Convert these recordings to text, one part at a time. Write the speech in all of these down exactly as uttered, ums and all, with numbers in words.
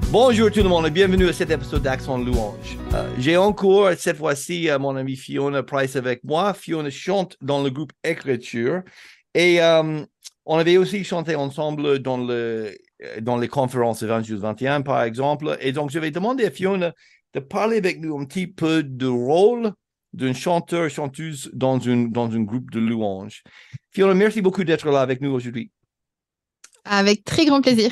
Bonjour tout le monde et bienvenue à cet épisode d'Accent de Louange. Euh, j'ai encore cette fois-ci euh, mon amie Fiona Price avec moi. Fiona chante dans le groupe Écriture et euh, on avait aussi chanté ensemble dans, le, dans les conférences vingt-deux vingt et un par exemple. Et donc je vais demander à Fiona de parler avec nous un petit peu du rôle d'un chanteur, chanteuse dans, une, dans un groupe de louange. Fiona, merci beaucoup d'être là avec nous aujourd'hui. Avec très grand plaisir.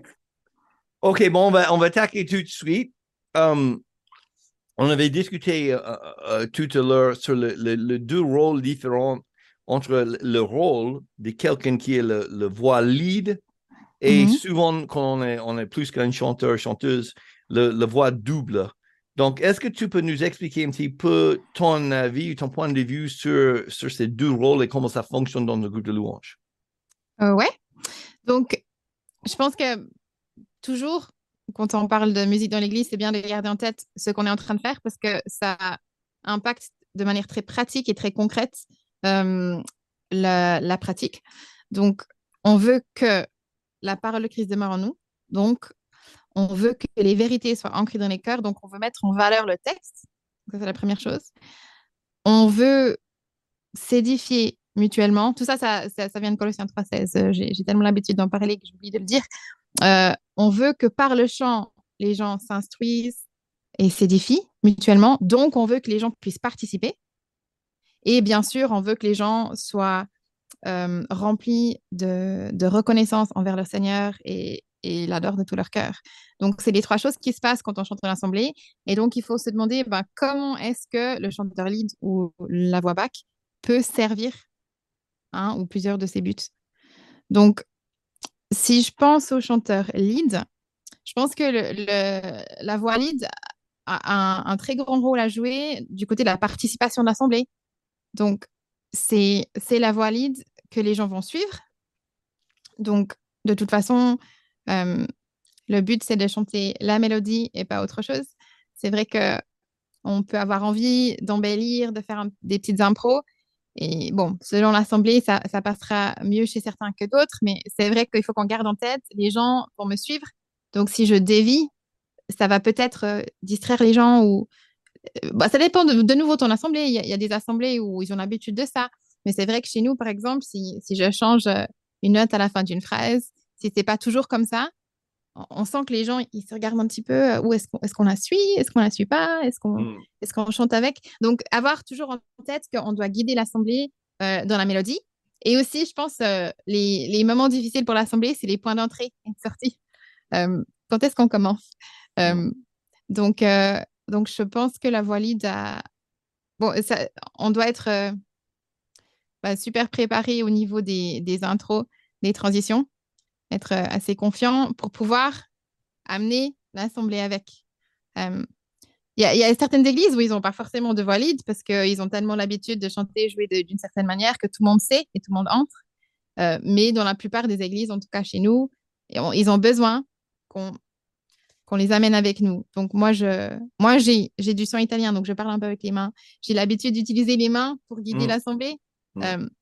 OK, bon, on va, on va attaquer tout de suite. Um, on avait discuté euh, euh, tout à l'heure sur le, le, le deux rôles différents entre le, le rôle de quelqu'un qui est le, le voix lead et Mhm. souvent, quand on est, on est plus qu'un chanteur, chanteuse, le, le voix double. Donc, est-ce que tu peux nous expliquer un petit peu ton avis, ton point de vue sur, sur ces deux rôles et comment ça fonctionne dans le groupe de louanges? Euh, ouais. Donc, je pense que toujours, quand on parle de musique dans l'église, c'est bien de garder en tête ce qu'on est en train de faire parce que ça impacte de manière très pratique et très concrète euh, la, la pratique. Donc, on veut que la parole de Christ demeure en nous. Donc, on veut que les vérités soient ancrées dans les cœurs. Donc, on veut mettre en valeur le texte. Ça, c'est la première chose. On veut s'édifier mutuellement. Tout ça, ça, ça, ça vient de Colossiens trois seize. J'ai, j'ai tellement l'habitude d'en parler que j'oublie de le dire. Euh, on veut que par le chant, les gens s'instruisent et s'édifient mutuellement. Donc, on veut que les gens puissent participer. Et bien sûr, on veut que les gens soient euh, remplis de, de reconnaissance envers leur Seigneur et, et l'adorent de tout leur cœur. Donc, c'est les trois choses qui se passent quand on chante en assemblée. Et donc, il faut se demander ben, comment est-ce que le chanteur lead ou la voix back peut servir un ou plusieurs de ses buts. Donc, si je pense au chanteur lead, je pense que le, le, la voix lead a un, un, très grand rôle à jouer du côté de la participation de l'assemblée. Donc, c'est, c'est la voix lead que les gens vont suivre. Donc, de toute façon, euh, le but, c'est de chanter la mélodie et pas autre chose. C'est vrai que on peut avoir envie d'embellir, de faire un, des petites impros. Et bon, selon l'assemblée, ça, ça passera mieux chez certains que d'autres, mais c'est vrai qu'il faut qu'on garde en tête, les gens vont me suivre. Donc, si je dévie, ça va peut-être euh, distraire les gens ou euh, bah, ça dépend de, de nouveau de ton assemblée. Il y, a, il y, a des assemblées où ils ont l'habitude de ça. Mais c'est vrai que chez nous, par exemple, si, si je change euh, une note à la fin d'une phrase, si c'est pas toujours comme ça, on, on sent que les gens, ils se regardent un petit peu euh, où est-ce qu'on, est-ce qu'on la suit, est-ce qu'on la suit pas, est-ce qu'on, Mm. est-ce qu'on chante avec. Donc, avoir toujours en tête qu'on doit guider l'assemblée euh, dans la mélodie. Et aussi, je pense, euh, les, les moments difficiles pour l'assemblée, c'est les points d'entrée et de sortie. Euh, quand est-ce qu'on commence? Mm. Euh, donc, euh, donc, je pense que la voix lead a... Bon, ça, on doit être euh, bah, super préparé au niveau des, des intros, des transitions, être euh, assez confiant pour pouvoir amener l'assemblée avec. Euh, Il y, a, y a certaines églises où ils n'ont pas forcément de voix lead parce qu'ils ont tellement l'habitude de chanter et jouer de- d'une certaine manière que tout le monde sait et tout le monde entre. Euh, mais dans la plupart des églises, en tout cas chez nous, on- ils ont besoin qu'on qu'on les amène avec nous. Donc moi, je, moi j'ai, j'ai du son italien, donc je parle un peu avec les mains. J'ai l'habitude d'utiliser les mains pour guider Mm. l'assemblée, Mm. euh,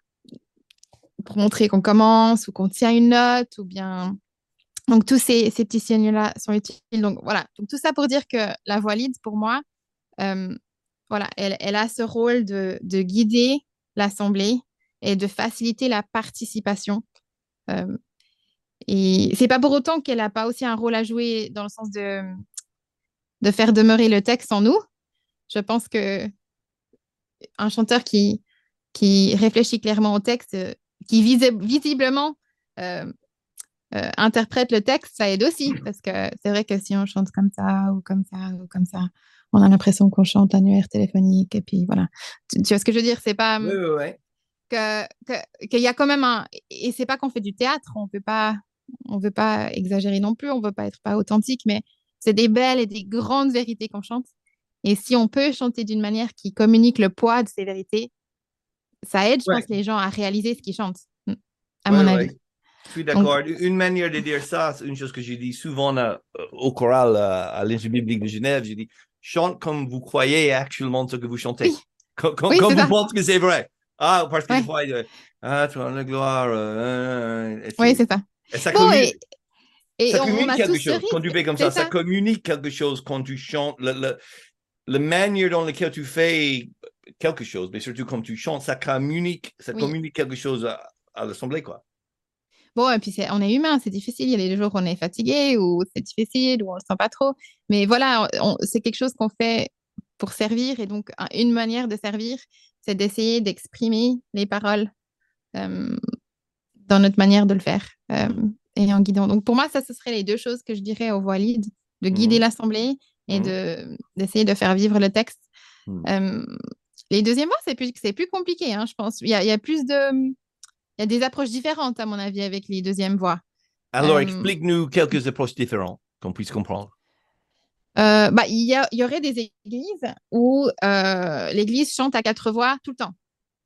pour montrer qu'on commence ou qu'on tient une note ou bien. Donc tous ces, ces petits signaux-là sont utiles. Donc voilà. Donc tout ça pour dire que la voix lead, pour moi, euh, voilà, elle, elle a ce rôle de, de guider l'assemblée et de faciliter la participation. Euh, et c'est pas pour autant qu'elle n'a pas aussi un rôle à jouer dans le sens de, de faire demeurer le texte en nous. Je pense que un chanteur qui, qui réfléchit clairement au texte, euh, qui visi- visiblement euh, euh, interprète le texte, ça aide aussi. Parce que c'est vrai que si on chante comme ça ou comme ça ou comme ça, on a l'impression qu'on chante annuaire téléphonique. Et puis voilà. Tu, tu vois ce que je veux dire? C'est pas Oui, hum, oui, oui. que, que, qu'il y a quand même un. Et c'est pas qu'on fait du théâtre, on peut pas, on veut pas exagérer non plus, on veut pas être pas authentique, mais c'est des belles et des grandes vérités qu'on chante. Et si on peut chanter d'une manière qui communique le poids de ces vérités, ça aide, je Ouais. pense, les gens à réaliser ce qu'ils chantent, à Oui, mon oui. avis. Je suis Donc, d'accord. Une manière de dire ça, c'est une chose que j'ai dit souvent à- au choral à, à l'Institut biblique de Genève. J'ai dit, chante comme vous croyez actuellement ce que vous chantez. oui, Comme, comme, oui, comme c'est vous ça. pensez que c'est vrai. Ah, parce que des Ouais, fois, il dit, ah, tu as la gloire. euh, euh, et, oui, c'est- c'est ça. et ça Bon, communique. et, Et Ça on, on communique a tous quelque ce chose. Quand tu risque. fais comme C'est ça, ça ça. communique quelque chose quand tu chantes. Le, le, la manière dans laquelle tu fais quelque chose, mais surtout quand tu chantes, ça communique, ça Oui. communique quelque chose à, à l'assemblée, quoi. Bon, et puis c'est, on est humain, c'est difficile. Il y a des jours où on est fatigué, ou c'est difficile, ou on le sent pas trop. Mais voilà, on- c'est quelque chose qu'on fait pour servir. Et donc, un- une manière de servir, c'est d'essayer d'exprimer les paroles euh, dans notre manière de le faire euh, Mm. et en guidant. Donc, pour moi, ça, ce serait les deux choses que je dirais aux voix lead, de guider Mm. l'assemblée et Mm. de, d'essayer de faire vivre le texte. Mm. Euh, les deuxièmes voix, c'est plus, c'est plus compliqué, hein, je pense. Il y a, il y a plus de... Il y a des approches différentes, à mon avis, avec les deuxièmes voix. Alors, Euh, explique-nous quelques approches différentes qu'on puisse comprendre. euh, bah, il y a, il y aurait des églises où euh, l'église chante à quatre voix tout le temps.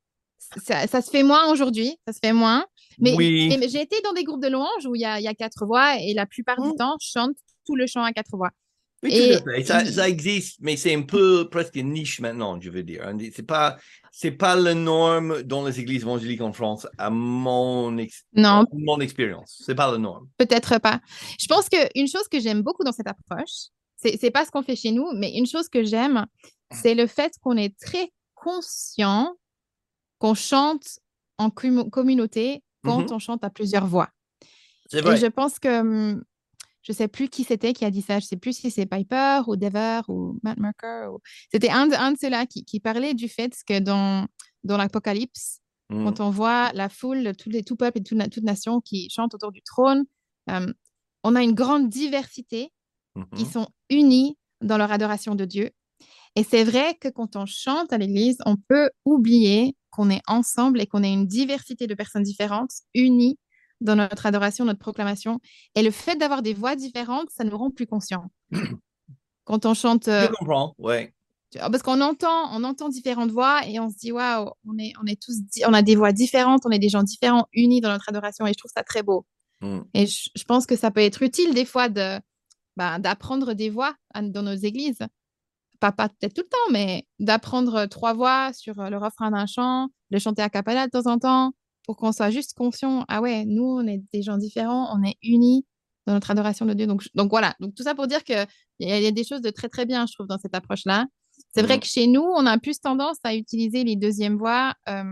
Ça, ça se fait moins aujourd'hui, ça se fait moins. Mais, Oui. mais j'ai été dans des groupes de louanges où il y a, il y a quatre voix et la plupart du Mm. temps, chante tout le chant à quatre voix. Oui, tout à Et fait. Ça, ça il- existe, mais c'est un peu presque une niche maintenant, je veux dire. C'est pas, c'est pas la norme dans les églises évangéliques en France, à mon, ex- non, mon expérience. C'est pas la norme. peut-être pas. Je pense qu'une chose que j'aime beaucoup dans cette approche, c'est, c'est pas ce qu'on fait chez nous, mais une chose que j'aime, c'est le fait qu'on est très conscient qu'on chante en com- communauté quand Mhm. on chante à plusieurs voix. C'est Et je vrai. pense que, hum, je sais plus qui c'était qui a dit ça, je sais plus si c'est Piper ou Dever ou Matt Merker. Ou... C'était un de, un de ceux-là qui, qui parlait du fait que dans, dans l'Apocalypse, quand Mhm. on voit la foule, tous les, tout peuple et toute, na- toute nation qui chantent autour du trône, euh, on a une grande diversité qui Mhm. sont unis dans leur adoration de Dieu. Et c'est vrai que quand on chante à l'église, on peut oublier qu'on est ensemble et qu'on est une diversité de personnes différentes, unies dans notre adoration, notre proclamation. Et le fait d'avoir des voix différentes, ça nous rend plus conscients. Quand on chante, Je euh, comprends, ouais. parce qu'on entend, on entend différentes voix et on se dit, waouh, on est, on est tous, di- on a des voix différentes, on est des gens différents, unis dans notre adoration. Et je trouve ça très beau. Mhm. Et je, je pense que ça peut être utile des fois de, bah, d'apprendre des voix à- dans nos églises. Pas, pas peut-être tout le temps, mais d'apprendre trois voix sur euh, le refrain d'un chant, de chanter a cappella de temps en temps, pour qu'on soit juste conscient, ah ouais, nous, on est des gens différents, on est unis dans notre adoration de Dieu. Donc, je- donc voilà, donc tout ça pour dire qu'il y, a- il y a des choses de très, très bien, je trouve, dans cette approche-là. C'est vrai Mhm. que chez nous, on a plus tendance à utiliser les deuxièmes voix, euh,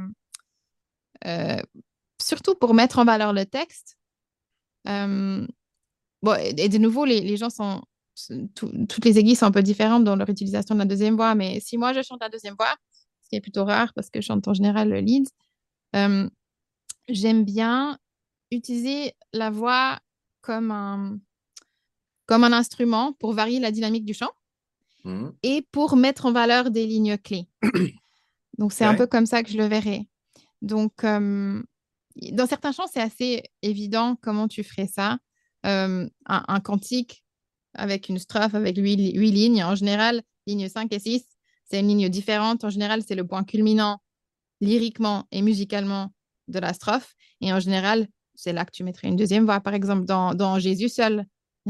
euh, surtout pour mettre en valeur le texte. Euh, Bon, et, et de nouveau, les, les gens sont, tout- toutes les églises sont un peu différentes dans leur utilisation de la deuxième voix, mais si moi je chante la deuxième voix, ce qui est plutôt rare parce que je chante en général le lead, euh, j'aime bien utiliser la voix comme un, comme un instrument pour varier la dynamique du chant Mhm. et pour mettre en valeur des lignes clés. Donc, c'est un OK. peu comme ça que je le verrais. Donc, euh, dans certains chants, c'est assez évident comment tu ferais ça. Euh, un, un cantique avec une strophe avec huit, li- huit lignes. En général, lignes cinq et six, c'est une ligne différente. En général, c'est le point culminant lyriquement et musicalement de la strophe. Et en général, c'est là que tu mettrais une deuxième voix. Par exemple, dans, dans Jésus seul,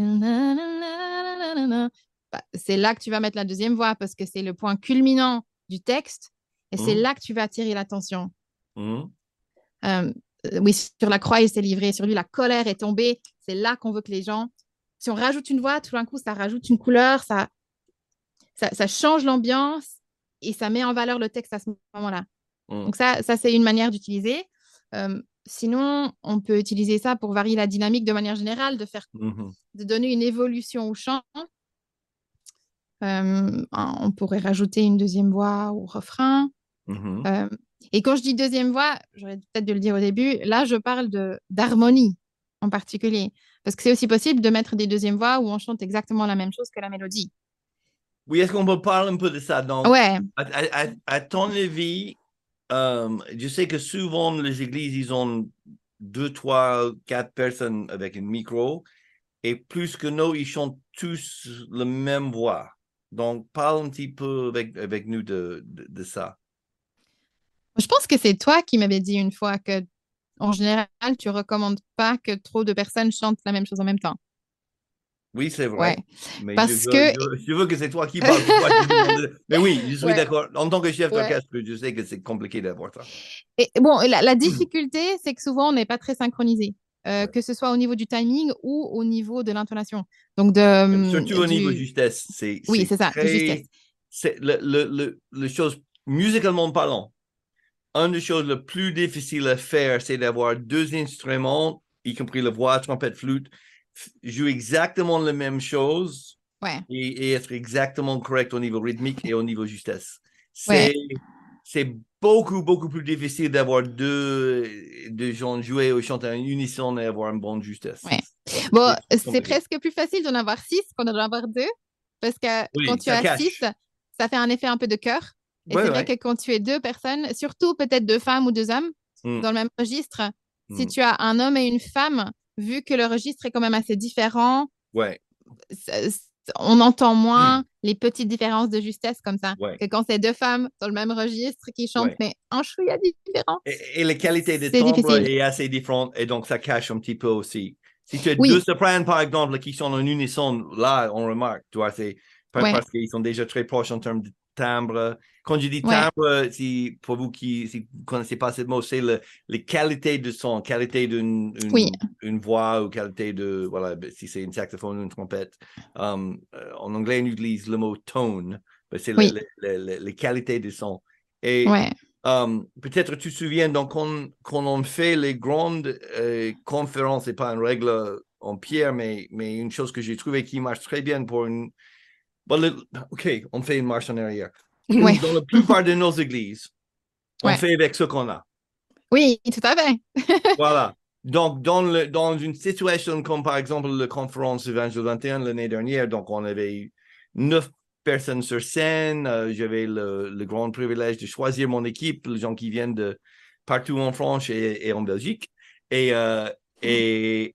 bah, c'est là que tu vas mettre la deuxième voix parce que c'est le point culminant du texte et c'est Mhm. là que tu vas attirer l'attention. Mhm. Euh, euh, oui, sur la croix, il s'est livré. Sur lui, la colère est tombée. C'est là qu'on veut que les gens. Si on rajoute une voix, tout d'un coup, ça rajoute une couleur, ça, ça, ça change l'ambiance et ça met en valeur le texte à ce moment-là. Mhm. Donc, ça, ça c'est une manière d'utiliser. Euh, sinon, on peut utiliser ça pour varier la dynamique de manière générale, de faire, Mhm. de donner une évolution au chant. Euh, on pourrait rajouter une deuxième voix au refrain. Mhm. Euh, et quand je dis deuxième voix, j'aurais peut-être dû le dire au début, là, je parle de d'harmonie en particulier. Parce que c'est aussi possible de mettre des deuxièmes voix où on chante exactement la même chose que la mélodie. Oui, est-ce qu'on peut parler un peu de ça? Donc, Ouais, à, à- à- à ton avis, euh, je sais que souvent les églises, ils ont deux, trois, quatre personnes avec un micro, et plus que nous, ils chantent tous la même voix. Donc, parle un petit peu avec, avec nous de, de, de ça. je pense que c'est toi qui m'avais dit une fois que, en général, tu recommandes pas que trop de personnes chantent la même chose en même temps. Oui, c'est Ouais, vrai, mais je parce veux, que... je, je veux que c'est toi qui parles. C'est toi qui demande. Mais oui, je suis Ouais, d'accord. En tant que chef ouais. d'orchestre, je sais que c'est compliqué d'avoir ça. Et bon, la, la difficulté, c'est que souvent, on n'est pas très synchronisé. euh, Ouais. que ce soit au niveau du timing ou au niveau de l'intonation. Donc, de, Surtout au du... niveau justesse, c'est, Oui, c'est c'est ça, de justesse. très, c'est le, le, le, le chose, musicalement parlant, une des choses les plus difficiles à faire, c'est d'avoir deux instruments, y compris la voix, trompette, flûte, jouer exactement la même chose Ouais, et, et être exactement correct au niveau rythmique et au niveau justesse. ouais, C'est, c'est beaucoup, beaucoup plus difficile d'avoir deux, deux gens jouer ou chanter en unisson et avoir une bonne justesse. ouais. Bon, C'est c'est compliqué. presque plus facile d'en avoir six qu'en d'en avoir deux, parce que quand Oui, tu ça as six, cache. ça fait un effet un peu de chœur. Et Oui, c'est vrai oui. que quand tu es deux personnes, surtout peut-être deux femmes ou deux hommes, Mm, dans le même registre, si mm. tu as un homme et une femme, vu que le registre est quand même assez différent, Ouais, c- c- on entend moins les petites différences de justesse comme ça ouais, que quand c'est deux femmes dans le même registre qui chantent, ouais. mais un chouïa différent. Et, et la qualité de C'est timbre difficile. est assez différente et donc ça cache un petit peu aussi. Si tu as deux Oui, sopranes, par exemple, qui sont en unisson, là, on remarque, tu vois, c'est pas ouais, parce qu'ils sont déjà très proches en termes de timbre. Quand je dis ouais, timbre, si, pour vous qui si vous connaissez pas ce mot, c'est le, les qualités de son, qualité d'une oui, une, une voix ou qualité de, voilà, si c'est une saxophone ou une trompette. Um, euh, en anglais, on utilise le mot tone, mais c'est le- oui, le- le- le- les qualités de son. Et ouais. Um, peut-être tu te souviens, donc, quand, quand on fait les grandes euh, conférences, c'est pas une règle en pierre, mais, mais une chose que j'ai trouvée qui marche très bien pour une. Bon, le- OK, on fait une marche en arrière. Ouais, Dans la plupart de nos églises, on ouais. fait avec ce qu'on a. Oui, tout à fait. Voilà. Donc, dans, le, dans une situation comme par exemple la conférence Évangile vingt et un l'année dernière, donc on avait neuf personnes sur scène. Euh, j'avais le, le grand privilège de choisir mon équipe, les gens qui viennent de partout en France et, et en Belgique. Et, euh, et,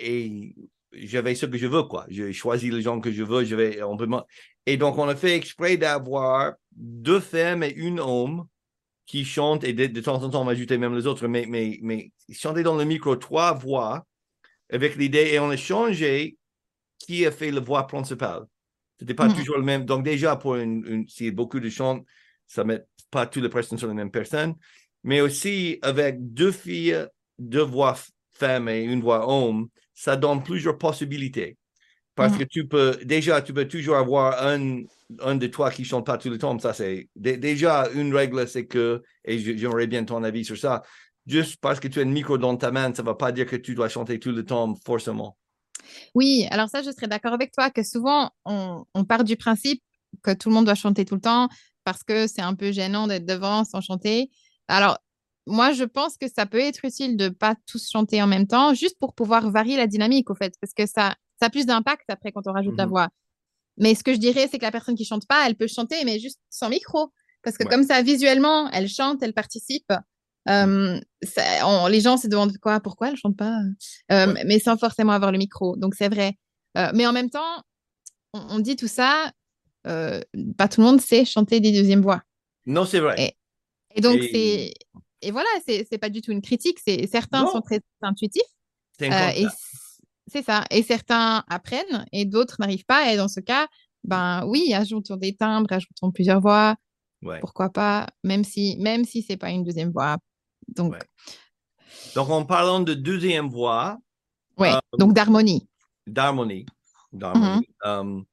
et j'avais ce que je veux, quoi. J'ai choisi les gens que je veux. Je vais, on peut, et donc, on a fait exprès d'avoir deux femmes et une homme qui chantent, et de, de temps en temps, on va ajouter même les autres, mais, mais, mais chanter dans le micro trois voix avec l'idée, et on a changé qui a fait la voix principale. C'était pas Mhm, toujours le même. Donc, déjà, pour une, une, s'il y a beaucoup de chants, ça met pas toutes les personnes sur la même personne, mais aussi avec deux filles, deux voix femmes et une voix homme, ça donne plusieurs possibilités. Parce mhm. que tu peux, déjà, tu peux toujours avoir un, un de toi qui chante pas tout le temps. Ça, c'est déjà une règle, c'est que, et j'aimerais bien ton avis sur ça, juste parce que tu as un micro dans ta main, ça ne va pas dire que tu dois chanter tout le temps, forcément. Oui, alors ça, je serais d'accord avec toi que souvent, on, on part du principe que tout le monde doit chanter tout le temps parce que c'est un peu gênant d'être devant sans chanter. Alors, moi, je pense que ça peut être utile de pas tous chanter en même temps, juste pour pouvoir varier la dynamique, au fait, parce que ça, ça a plus d'impact après quand on rajoute la Mhm. voix. Mais ce que je dirais, c'est que la personne qui chante pas, elle peut chanter, mais juste sans micro. Parce que Ouais. comme ça, visuellement, elle chante, elle participe. Mhm. Euh, ça- on- les gens se demandent quoi, pourquoi elle chante pas, euh, Ouais. mais sans forcément avoir le micro. Donc c'est vrai. Euh, mais en même temps, on, on dit tout ça, euh, pas tout le monde sait chanter des deuxièmes voix. Non, c'est vrai. Et, et donc Et c'est et voilà, c'est c'est pas du tout une critique. C'est certains sont non, très intuitifs c'est un euh, et constat. c'est ça. Et certains apprennent et d'autres n'arrivent pas. Et dans ce cas, ben oui, ajoutons des timbres, ajoutons plusieurs voix. Ouais. Pourquoi pas, même si, même si c'est pas une deuxième voix. Donc, Ouais. Donc, en parlant de deuxième voix, ouais. euh, Donc d'harmonie. d'harmonie, d'harmonie, Mhm. euh,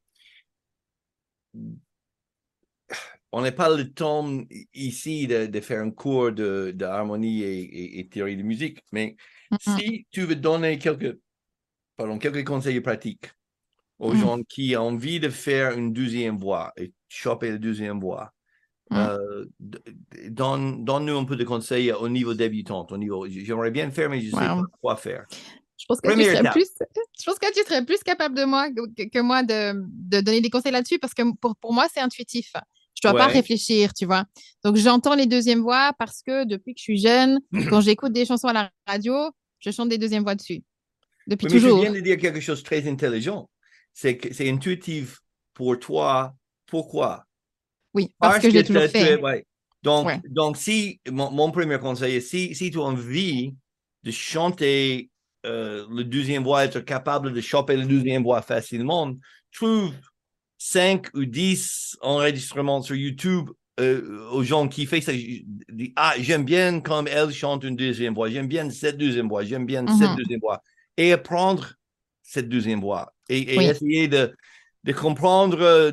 on n'a pas le temps ici de, de faire un cours de, de harmonie et, et, et théorie de musique, mais Mhm. si tu veux donner quelques, pardon, quelques conseils pratiques aux Mhm. gens qui ont envie de faire une deuxième voix et choper la deuxième voix, Mhm. euh, donne, donne-nous un peu de conseils au niveau débutant, au niveau, j'aimerais bien faire, mais je ne sais pas Wow. quoi faire. Je pense que tu Première serais étape. plus, je pense que tu serais plus capable de moi que, que moi de, de donner des conseils là-dessus parce que pour, pour moi, c'est intuitif. Je dois pas Ouais. réfléchir, tu vois. Donc, j'entends les deuxièmes voix parce que depuis que je suis jeune, quand j'écoute des chansons à la radio, je chante des deuxièmes voix dessus. Depuis Oui, mais tu viens toujours. de dire quelque chose de très intelligent. C'est que c'est intuitif pour toi. Pourquoi? Oui, parce Parce que je que l'ai toujours tu fait. es, ouais. Donc, Ouais. donc si, mon, mon premier conseil est, si, si tu as envie de chanter euh, le deuxième voix, être capable de choper le deuxième voix facilement, trouve cinq ou dix enregistrements sur YouTube euh, aux gens qui font ça, je dis, ah, j'aime bien comme elle chante une deuxième voix, j'aime bien cette deuxième voix, j'aime bien cette Mhm. deuxième voix. Et apprendre cette deuxième voix. Et, et Oui, essayer de, de comprendre, euh,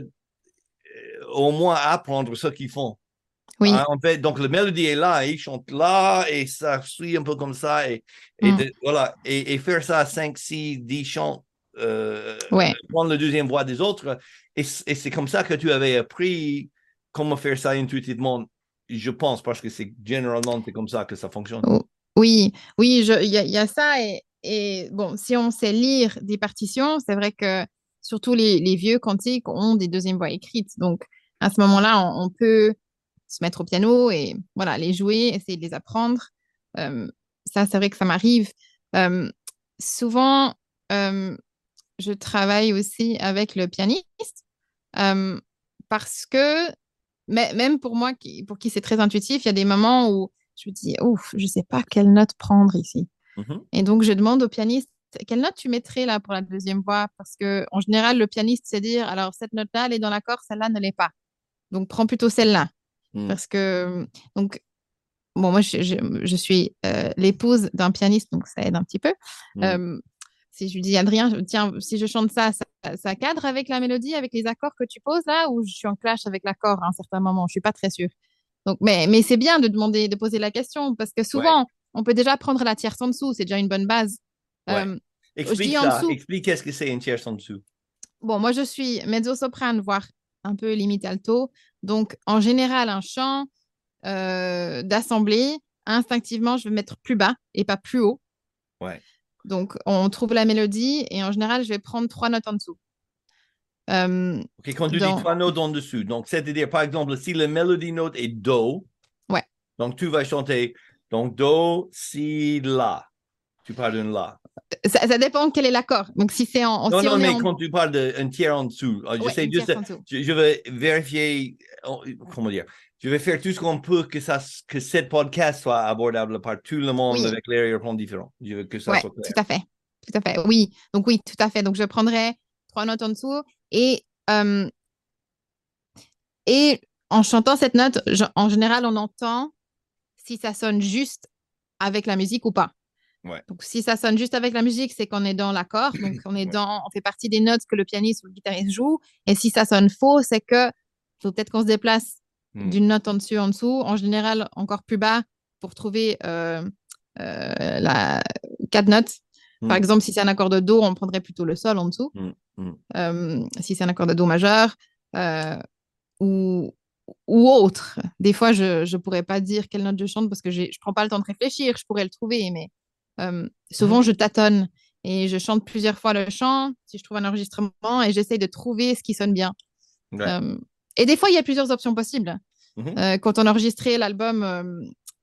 au moins apprendre ce qu'ils font. oui. Ah, en fait, donc la mélodie est là, il chante là, et ça suit un peu comme ça, et, et Mm. de, voilà, et, et faire ça cinq, six, dix chants, euh, Ouais. prendre la deuxième voix des autres, et, et c'est comme ça que tu avais appris comment faire ça intuitivement, je pense, parce que c'est généralement c'est comme ça que ça fonctionne. O- Oui, oui, je- il y, a il y a ça. Et, et bon, si on sait lire des partitions, c'est vrai que surtout les, les vieux cantiques ont des deuxièmes voix écrites. Donc, à ce moment-là, on, on peut se mettre au piano et voilà, les jouer, essayer de les apprendre. Euh, Ça, c'est vrai que ça m'arrive. Euh, Souvent, euh, je travaille aussi avec le pianiste euh, parce que mais, même pour moi, qui, pour qui c'est très intuitif, il y a des moments où je me dis, ouf, je sais pas quelle note prendre ici. Mhm. Et donc, je demande au pianiste, quelle note tu mettrais là pour la deuxième voix? Parce que en général, le pianiste sait dire, alors cette note-là, elle est dans l'accord, celle-là ne l'est pas. Donc, prends plutôt celle-là. Mm. Parce que, donc, bon, moi, je, je, je suis euh, l'épouse d'un pianiste, donc ça aide un petit peu. Mm. Euh, si je lui dis, Adrien, tiens, si je chante ça, ça, ça cadre avec la mélodie, avec les accords que tu poses là, ou je suis en clash avec l'accord à un certain moment, je suis pas très sûre. Donc, mais, mais c'est bien de demander, de poser la question, parce que Ouais, souvent, on peut déjà prendre la tierce en dessous, c'est déjà une bonne base. ouais. Euh, je Explique dis en ça, dessous, explique qu'est-ce que c'est une tierce en dessous. bon, moi je suis mezzo-soprane, voire un peu limite alto. Donc, en général, un chant euh, d'assemblée, instinctivement, je vais mettre plus bas et pas plus haut. Ouais. Donc, on trouve la mélodie et en général, je vais prendre trois notes en dessous. Euh, Ok, quand tu dis dans... trois notes en dessous, donc c'est-à-dire, par exemple, si la mélodie note est Do, Ouais, donc tu vas chanter donc Do, Si, La. Tu parles d'un La. ça, ça dépend quel est l'accord. Donc, si c'est en, en- Non, si non, on est mais en, quand tu parles d'un tiers en dessous, euh, ouais, j'essaie une juste, tierce de- en dessous. je, je vais vérifier, euh, comment dire, je vais faire tout ce qu'on peut que ça, que cette podcast soit abordable par tout le monde Oui, avec les réponses différents. Je veux que ça ouais, soit tout clair. à fait, tout à fait. Oui, donc oui, tout à fait. Donc, je prendrai trois notes en dessous et euh, et en chantant cette note, je- en général, on entend si ça sonne juste avec la musique ou pas. Ouais, Donc, si ça sonne juste avec la musique, c'est qu'on est dans l'accord. Donc, on est ouais. dans, on fait partie des notes que le pianiste ou le guitariste joue. Et si ça sonne faux, c'est que faut peut-être qu'on se déplace Hmm. d'une note en dessus, en dessous. En général, encore plus bas pour trouver euh, euh, la quatre notes. Par Hmm. exemple, si c'est un accord de do, on prendrait plutôt le sol en dessous. Hmm. Hmm. Euh, si c'est un accord de do majeur euh, ou ou autre. Des fois, je ne pourrais pas dire quelle note je chante parce que j'ai, je ne prends pas le temps de réfléchir. Je pourrais le trouver, mais euh, souvent, Mhm. je tâtonne et je chante plusieurs fois le chant si je trouve un enregistrement et j'essaye de trouver ce qui sonne bien. Ouais. Euh, et des fois, il y a plusieurs options possibles. Mhm. Euh, quand on enregistrait l'album euh,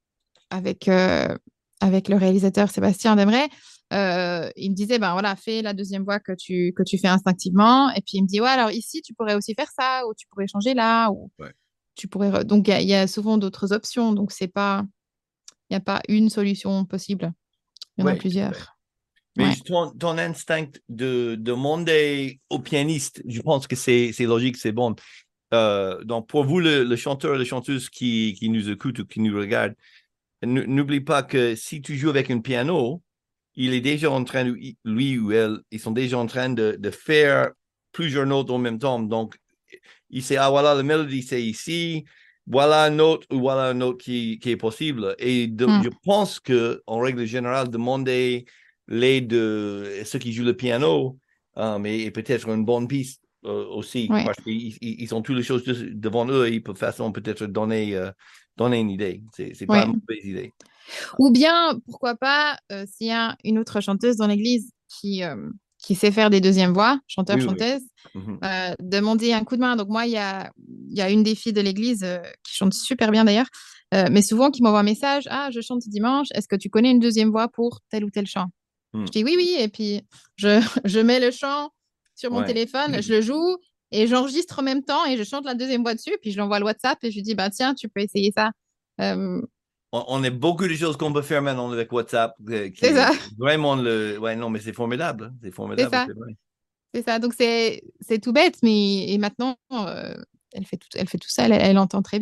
avec, euh, avec le réalisateur Sébastien Demeret, euh, il me disait, ben voilà, fais la deuxième voix que tu, que tu fais instinctivement. Et puis il me dit, ouais, alors ici, tu pourrais aussi faire ça, ou tu pourrais changer là, ou Ouais. tu pourrais. re- Donc, il y, a- il y a souvent d'autres options. Donc, c'est pas, il n'y a pas une solution possible. Il y en a Ouais, tout à fait. plusieurs. Mais Ouais. ton, ton instinct de demander au pianiste, je pense que c'est c'est logique, c'est bon. Euh, donc, pour vous, le, le chanteur, la chanteuse qui, qui nous écoute ou qui nous regarde, n- n'oublie pas que si tu joues avec un piano, il est déjà en train, de- lui ou elle, ils sont déjà en train de, de faire plusieurs notes en même temps. Donc, il sait, ah voilà, la mélodie, c'est ici, voilà une note ou voilà une note qui, qui est possible. Et de- Mm. je pense que, en règle générale, demander l'aide de ceux qui jouent le piano um, est, est peut-être une bonne piste euh, aussi, Ouais. parce qu'ils ils, ils ont toutes les choses de- devant eux et ils peuvent facilement peut-être donner, euh, donner une idée. C'est, c'est pas Ouais. une mauvaise idée. Ou bien, pourquoi pas, euh, s'il y a une autre chanteuse dans l'église qui, euh, qui sait faire des deuxièmes voix, chanteur, Oui, oui, oui. chanteuse, Mhm. euh, demander un coup de main. Donc, moi, il y a, il y a une des filles de l'église euh, qui chante super bien d'ailleurs, euh, mais souvent qui m'envoie un message, ah, je chante ce dimanche, est-ce que tu connais une deuxième voix pour tel ou tel chant? Je Mhm. dis oui, oui, et puis je, je mets le chant sur mon Ouais. téléphone, je le joue et j'enregistre en même temps et je chante la deuxième voix dessus, puis je l'envoie le WhatsApp et je lui dis, bah tiens, tu peux essayer ça. Euh, On, on a beaucoup de choses qu'on peut faire maintenant avec WhatsApp, euh, c'est qui est ça, vraiment le. Ouais, non, mais c'est formidable. Hein. C'est c'est formidable, ça, c'est vrai. c'est ça. Donc c'est c'est tout bête, mais et maintenant, euh, elle fait tout, elle fait tout ça, elle, elle entend très bien.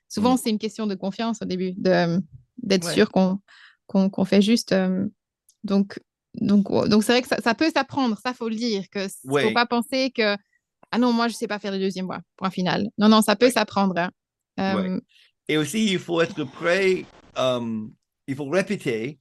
Souvent, Mm. c'est une question de confiance au début, de, d'être Ouais. sûr qu'on, qu'on, qu'on fait juste. euh, donc, donc, donc, c'est vrai que ça, ça peut s'apprendre, ça, faut le dire. Que faut Ouais. pas penser que, ah non, moi, je sais pas faire le deuxième voix, point final. Non, non, ça peut Ouais. s'apprendre. Hein. Ouais. Euh, Et aussi, il faut être prêt, euh, il faut répéter,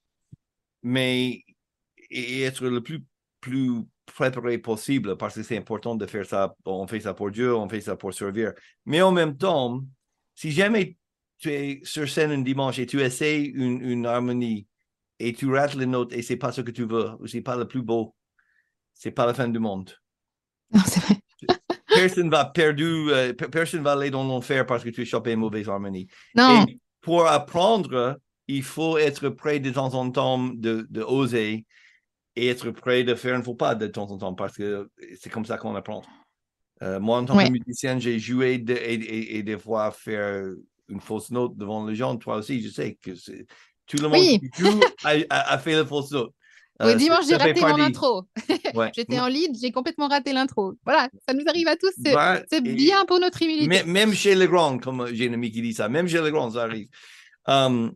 mais et être le plus, plus préparé possible parce que c'est important de faire ça. On fait ça pour Dieu, on fait ça pour servir. Mais en même temps, si jamais tu es sur scène un dimanche et tu essaies une, une harmonie et tu rates les notes et c'est pas ce que tu veux, ou c'est pas le plus beau, c'est pas la fin du monde. non, c'est vrai. Personne va perdu, euh, personne va aller dans l'enfer parce que tu as chopé une mauvaise harmonie. Non, Et pour apprendre, il faut être prêt de temps en temps de, de oser et être prêt de faire un faux pas de temps en temps parce que c'est comme ça qu'on apprend. Euh, moi, en tant que ouais. musicien, j'ai joué de, et, et, et des fois faire une fausse note devant les gens. Toi aussi, je sais que c'est, tout le monde Oui, qui joue a, a, a fait la fausse note. oui, Euh, dimanche, j'ai ça fait raté mon partie. intro. Ouais. J'étais en lead, j'ai complètement raté l'intro. Voilà, ça nous arrive à tous. C'est, Bah, c'est et, bien pour notre humilité. même chez les grands, comme j'ai un ami qui dit ça, même chez les grands, ça arrive. Um,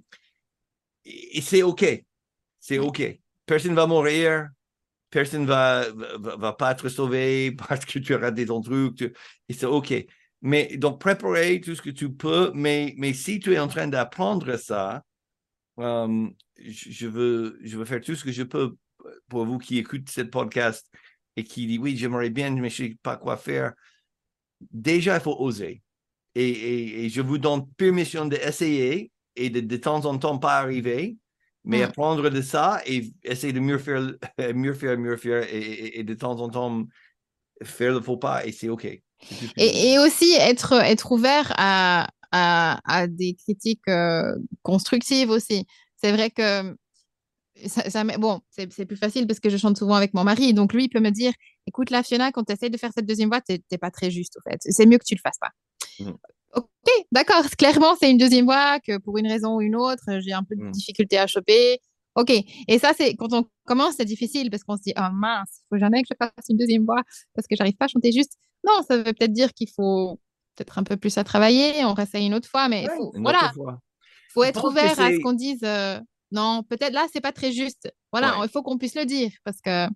et c'est OK. C'est Ouais. OK. Personne ne va mourir. Personne ne va, va, va pas te sauver parce que tu as raté ton truc. Tu, et c'est OK. Mais donc, préparer tout ce que tu peux. Mais, mais si tu es en train d'apprendre ça, um, je, veux, je veux faire tout ce que je peux pour vous qui écoutent ce podcast et qui disent oui, j'aimerais bien, mais je ne sais pas quoi faire. Déjà, il faut oser. Et, et, et je vous donne permission d'essayer et de, de temps en temps pas arriver, mais Mm. apprendre de ça et essayer de mieux faire, mieux faire, mieux faire et, et, et de temps en temps faire le faux pas et c'est OK. C'est tout ce que je veux Et, dire. et aussi être, être ouvert à, à, à des critiques euh, constructives aussi. C'est vrai que ça, ça met- bon, c'est, c'est plus facile parce que je chante souvent avec mon mari. Donc lui, il peut me dire, écoute, là, Fiona, quand tu essaies de faire cette deuxième voix, t'es, t'es pas très juste, au fait. C'est mieux que tu le fasses pas. Mm. Ok, d'accord. Clairement, c'est une deuxième voix que pour une raison ou une autre, j'ai un peu de Mm. difficulté à choper. Ok. Et ça, c'est quand on commence, c'est difficile parce qu'on se dit, oh mince, il faut jamais que je fasse une deuxième voix parce que j'arrive pas à chanter juste. Non, ça veut peut-être dire qu'il faut peut-être un peu plus à travailler. On réessaye une autre fois, mais il Ouais, faut, une autre voilà, fois. faut Je être pense que ouvert à ce c'est qu'on dise. euh, non, peut-être là, c'est pas très juste. Voilà, ouais. il faut qu'on puisse le dire parce que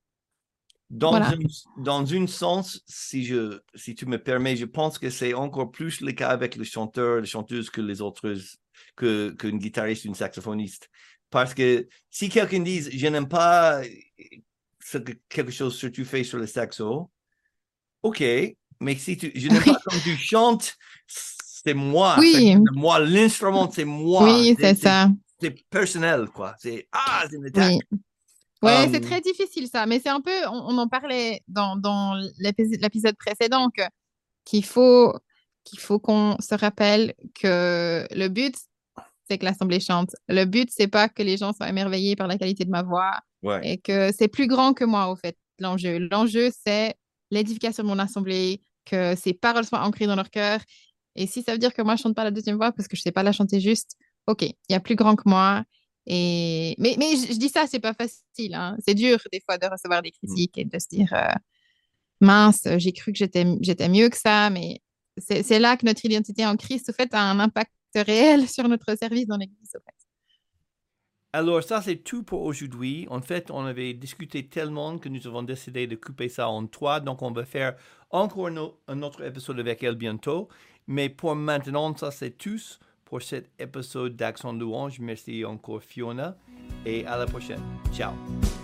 Dans voilà. une, dans une sens, si, je, si tu me permets, je pense que c'est encore plus le cas avec le chanteur, les chanteuses que les autres, que, qu'une guitariste, une saxophoniste. Parce que si quelqu'un dit, je n'aime pas ce que quelque chose que tu fais sur le saxo, OK, mais si tu, je n'aime pas quand tu chantes, c'est moi, c'est Oui, moi, l'instrument, c'est moi, oui, c'est, c'est c'est, ça. c'est personnel, quoi. C'est, ah, c'est une Oui. attaque. Ouais, c'est Um, très difficile ça, mais c'est un peu, on, on en parlait dans, dans l'épi- l'épisode précédent, que, qu'il faut, qu'il faut qu'on se rappelle que le but, c'est que l'Assemblée chante. Le but, c'est pas que les gens soient émerveillés par la qualité de ma voix ouais. et que c'est plus grand que moi, au fait, l'enjeu. L'enjeu, c'est l'édification de mon Assemblée, que ces paroles soient ancrées dans leur cœur. Et si ça veut dire que moi, je chante pas la deuxième voix parce que je sais pas la chanter juste, ok, il y a plus grand que moi. Et... Mais, mais je, je dis ça, c'est pas facile. Hein. C'est dur, des fois, de recevoir des critiques et de se dire, euh, mince, j'ai cru que j'étais, j'étais mieux que ça, mais c'est, c'est là que notre identité en Christ, au fait, a un impact réel sur notre service dans l'Église, au fait. Alors, ça, c'est tout pour aujourd'hui. En fait, on avait discuté tellement que nous avons décidé de couper ça en trois. Donc, on va faire encore un, o- un autre épisode avec elle bientôt. Mais pour maintenant, ça, c'est tout pour cet épisode d'Accent Louange. Merci encore, Fiona. Et à la prochaine. Ciao.